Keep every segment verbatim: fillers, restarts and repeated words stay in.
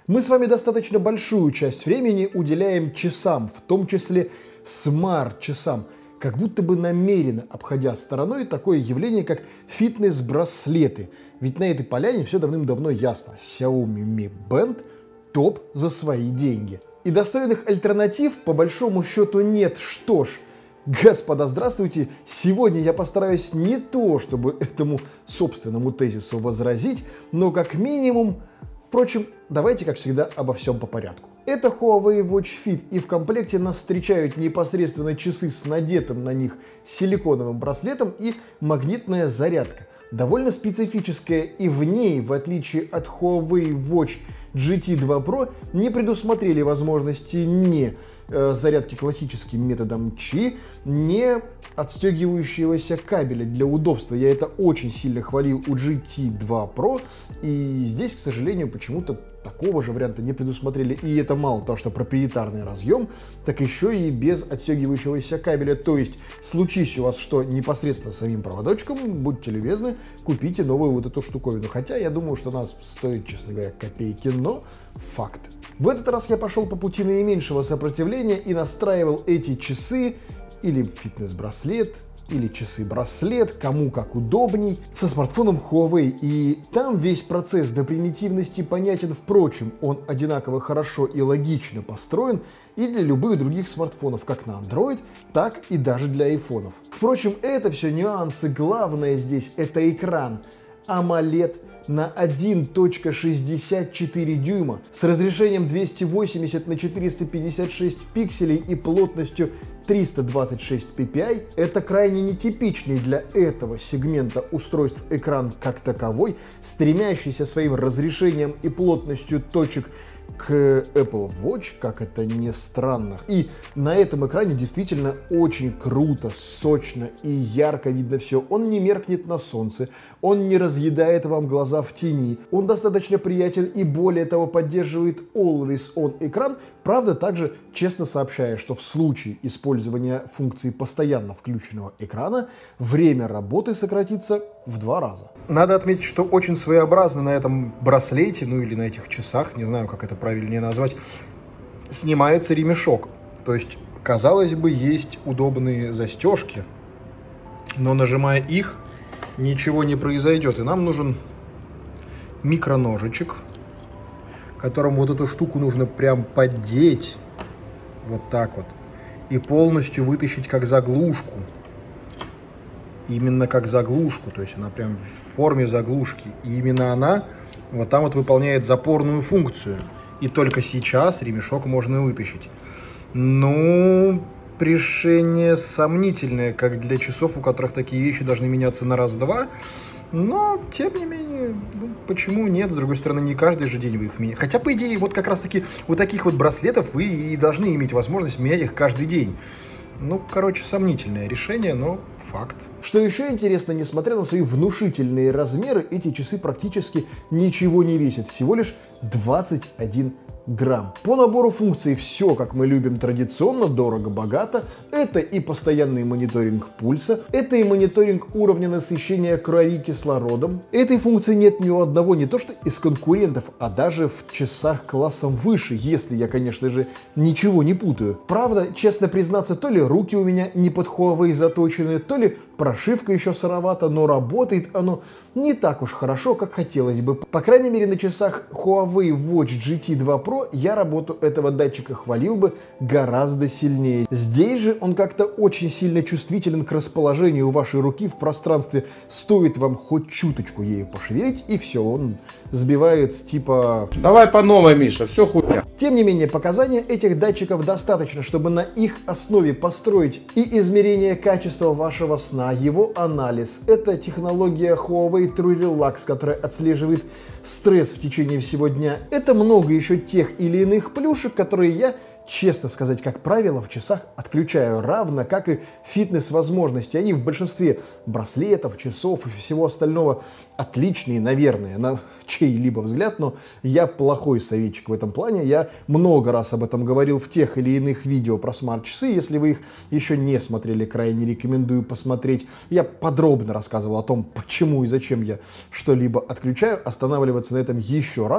Мы с вами достаточно большую часть времени уделяем часам, в том числе смарт-часам, как будто бы намеренно обходя стороной такое явление, как фитнес-браслеты. Ведь на этой поляне все давным-давно ясно. Xiaomi Mi Band топ за свои деньги. И достойных альтернатив по большому счету нет. Что ж, господа, здравствуйте! Сегодня я постараюсь не то, чтобы этому собственному тезису возразить, но как минимум, впрочем, давайте, как всегда, обо всем по порядку. Это Huawei Watch Fit, и в комплекте нас встречают непосредственно часы с надетым на них силиконовым браслетом и магнитная зарядка. Довольно специфическая, и в ней, в отличие от Huawei Watch джи ти два Pro, не предусмотрели возможности не э, зарядки классическим методом Qi, не отстегивающегося кабеля для удобства. Я это очень сильно хвалил у джи ти два Pro, и здесь, к сожалению, почему-то такого же варианта не предусмотрели. И это мало того, что проприетарный разъем, так еще и без отстегивающегося кабеля. То есть, случись у вас что непосредственно с самим проводочком, будьте любезны, купите новую вот эту штуковину. Хотя я думаю, что она стоит, честно говоря, копейки, но факт. В этот раз я пошел по пути наименьшего сопротивления и настраивал эти часы или фитнес-браслет, или часы-браслет, кому как удобней, со смартфоном Huawei. И там весь процесс до примитивности понятен. Впрочем, он одинаково хорошо и логично построен и для любых других смартфонов, как на Android, так и даже для айфонов. Впрочем, это все нюансы. Главное здесь это экран AMOLED на один целых шестьдесят четыре десятых дюйма с разрешением двести восемьдесят на четыреста пятьдесят шесть пикселей и плотностью триста двадцать шесть пи пи ай. Это крайне нетипичный для этого сегмента устройств экран как таковой, стремящийся своим разрешением и плотностью точек к Apple Watch, как это ни странно. И на этом экране действительно очень круто, сочно и ярко видно все. Он не меркнет на солнце, он не разъедает вам глаза в тени, он достаточно приятен и более того поддерживает Always On экран. Правда, также честно сообщая, что в случае использования функции постоянно включенного экрана время работы сократится в два раза. Надо отметить, что очень своеобразно на этом браслете, ну или на этих часах, не знаю, как это правильнее назвать, снимается ремешок. То есть, казалось бы, есть удобные застежки, но нажимая их, ничего не произойдет. И нам нужен микроножичек, которым вот эту штуку нужно прям поддеть, вот так вот, и полностью вытащить как заглушку. Именно как заглушку, то есть она прям в форме заглушки. И именно она вот там вот выполняет запорную функцию. И только сейчас ремешок можно вытащить. Ну, решение сомнительное, как для часов, у которых такие вещи должны меняться на раз-два. Но, тем не менее, ну, почему нет? С другой стороны, не каждый же день вы их меняете. Хотя, по идее, вот как раз-таки у таких вот браслетов вы и должны иметь возможность менять их каждый день. Ну, короче, сомнительное решение, но факт. Что еще интересно, несмотря на свои внушительные размеры, эти часы практически ничего не весят. Всего лишь двадцать один грамм. По набору функций все, как мы любим традиционно, дорого-богато. Это и постоянный мониторинг пульса, это и мониторинг уровня насыщения крови кислородом. Этой функции нет ни у одного, не то что из конкурентов, а даже в часах классом выше, если я, конечно же, ничего не путаю. Правда, честно признаться, то ли руки у меня не под Huawei заточены, то ли прошивка еще сыровата, но работает оно не так уж хорошо, как хотелось бы. По крайней мере, на часах Huawei Watch джи ти два Pro я работу этого датчика хвалил бы гораздо сильнее. Здесь же он как-то очень сильно чувствителен к расположению вашей руки в пространстве. Стоит вам хоть чуточку ею пошевелить, и все, он сбивает с типа... Давай по новой, Миша, все хуйня. Тем не менее, показания этих датчиков достаточно, чтобы на их основе построить и измерение качества вашего сна, его анализ. Это технология Huawei True Relax, которая отслеживает стресс в течение всего дня. Это много еще тех или иных плюшек, которые я, честно сказать, как правило, в часах отключаю, равно как и фитнес-возможности. Они в большинстве браслетов, часов и всего остального отличные, наверное, на чей-либо взгляд, но я плохой советчик в этом плане. Я много раз об этом говорил в тех или иных видео про смарт-часы. Если вы их еще не смотрели, крайне рекомендую посмотреть. Я подробно рассказывал о том, почему и зачем я что-либо отключаю. Останавливаться на этом еще раз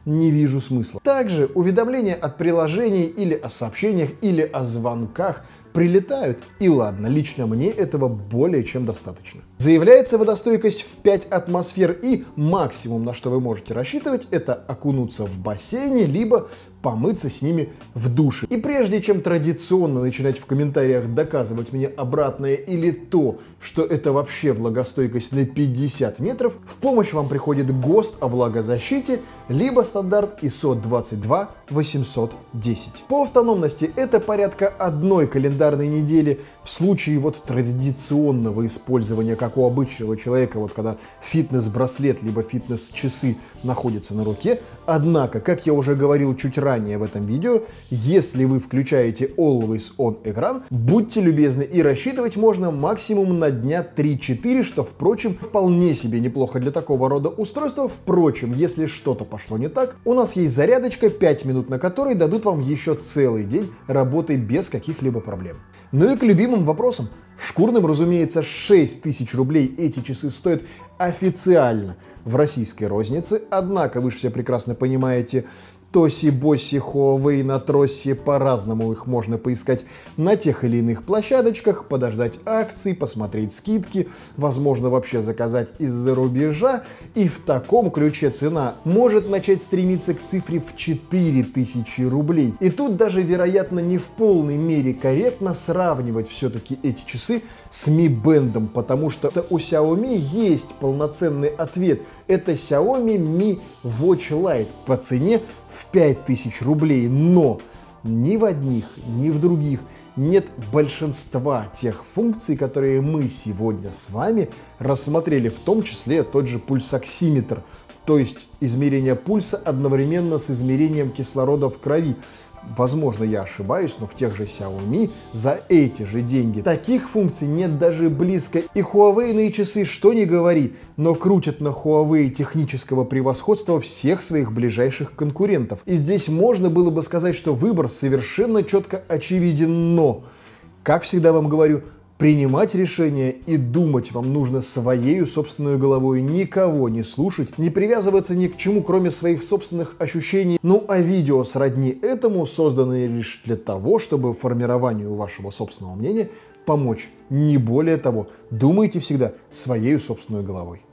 не вижу смысла. Также уведомления от приложений или о сообщениях, или о звонках прилетают, и ладно, лично мне этого более чем достаточно. Заявляется водостойкость в пять атмосфер, и максимум, на что вы можете рассчитывать, это окунуться в бассейне, либо помыться с ними в душе. И прежде чем традиционно начинать в комментариях доказывать мне обратное или то, что это вообще влагостойкость на пятьдесят метров, в помощь вам приходит ГОСТ о влагозащите, либо стандарт ай эс о двадцать два восемьсот десять. По автономности это порядка одной календарной недели. В случае вот традиционного использования, как у обычного человека, вот когда фитнес-браслет либо фитнес-часы находятся на руке. Однако, как я уже говорил чуть ранее в этом видео, если вы включаете Always On экран, будьте любезны, и рассчитывать можно максимум на дня три-четыре, что, впрочем, вполне себе неплохо для такого рода устройства. Впрочем, если что-то пошло не так, у нас есть зарядочка, пять минут на которой дадут вам еще целый день работы без каких-либо проблем. Ну и к любимым вопросам. Шкурным, разумеется, шесть тысяч рублей эти часы стоят официально в российской рознице, однако вы же все прекрасно понимаете, Тоси, Босси, Huawei на тросе, по-разному их можно поискать на тех или иных площадочках, подождать акций, посмотреть скидки, возможно вообще заказать из-за рубежа, и в таком ключе цена может начать стремиться к цифре в четыре тысячи рублей. И тут даже, вероятно, не в полной мере корректно сравнивать все-таки эти часы с Mi Band, потому что у Xiaomi есть полноценный ответ. Это Xiaomi Mi Watch Lite по цене в пять тысяч рублей, но ни в одних, ни в других нет большинства тех функций, которые мы сегодня с вами рассмотрели, в том числе тот же пульсоксиметр, то есть измерение пульса одновременно с измерением кислорода в крови. Возможно, я ошибаюсь, но в тех же Xiaomi за эти же деньги таких функций нет даже близко. И Huawei часы, что ни говори, но крутят на Huawei технического превосходства всех своих ближайших конкурентов. И здесь можно было бы сказать, что выбор совершенно четко очевиден, но, как всегда вам говорю, принимать решения и думать вам нужно своей собственной головой, никого не слушать, не привязываться ни к чему, кроме своих собственных ощущений. Ну а видео сродни этому созданы лишь для того, чтобы формированию вашего собственного мнения помочь. Не более того, думайте всегда своей собственной головой.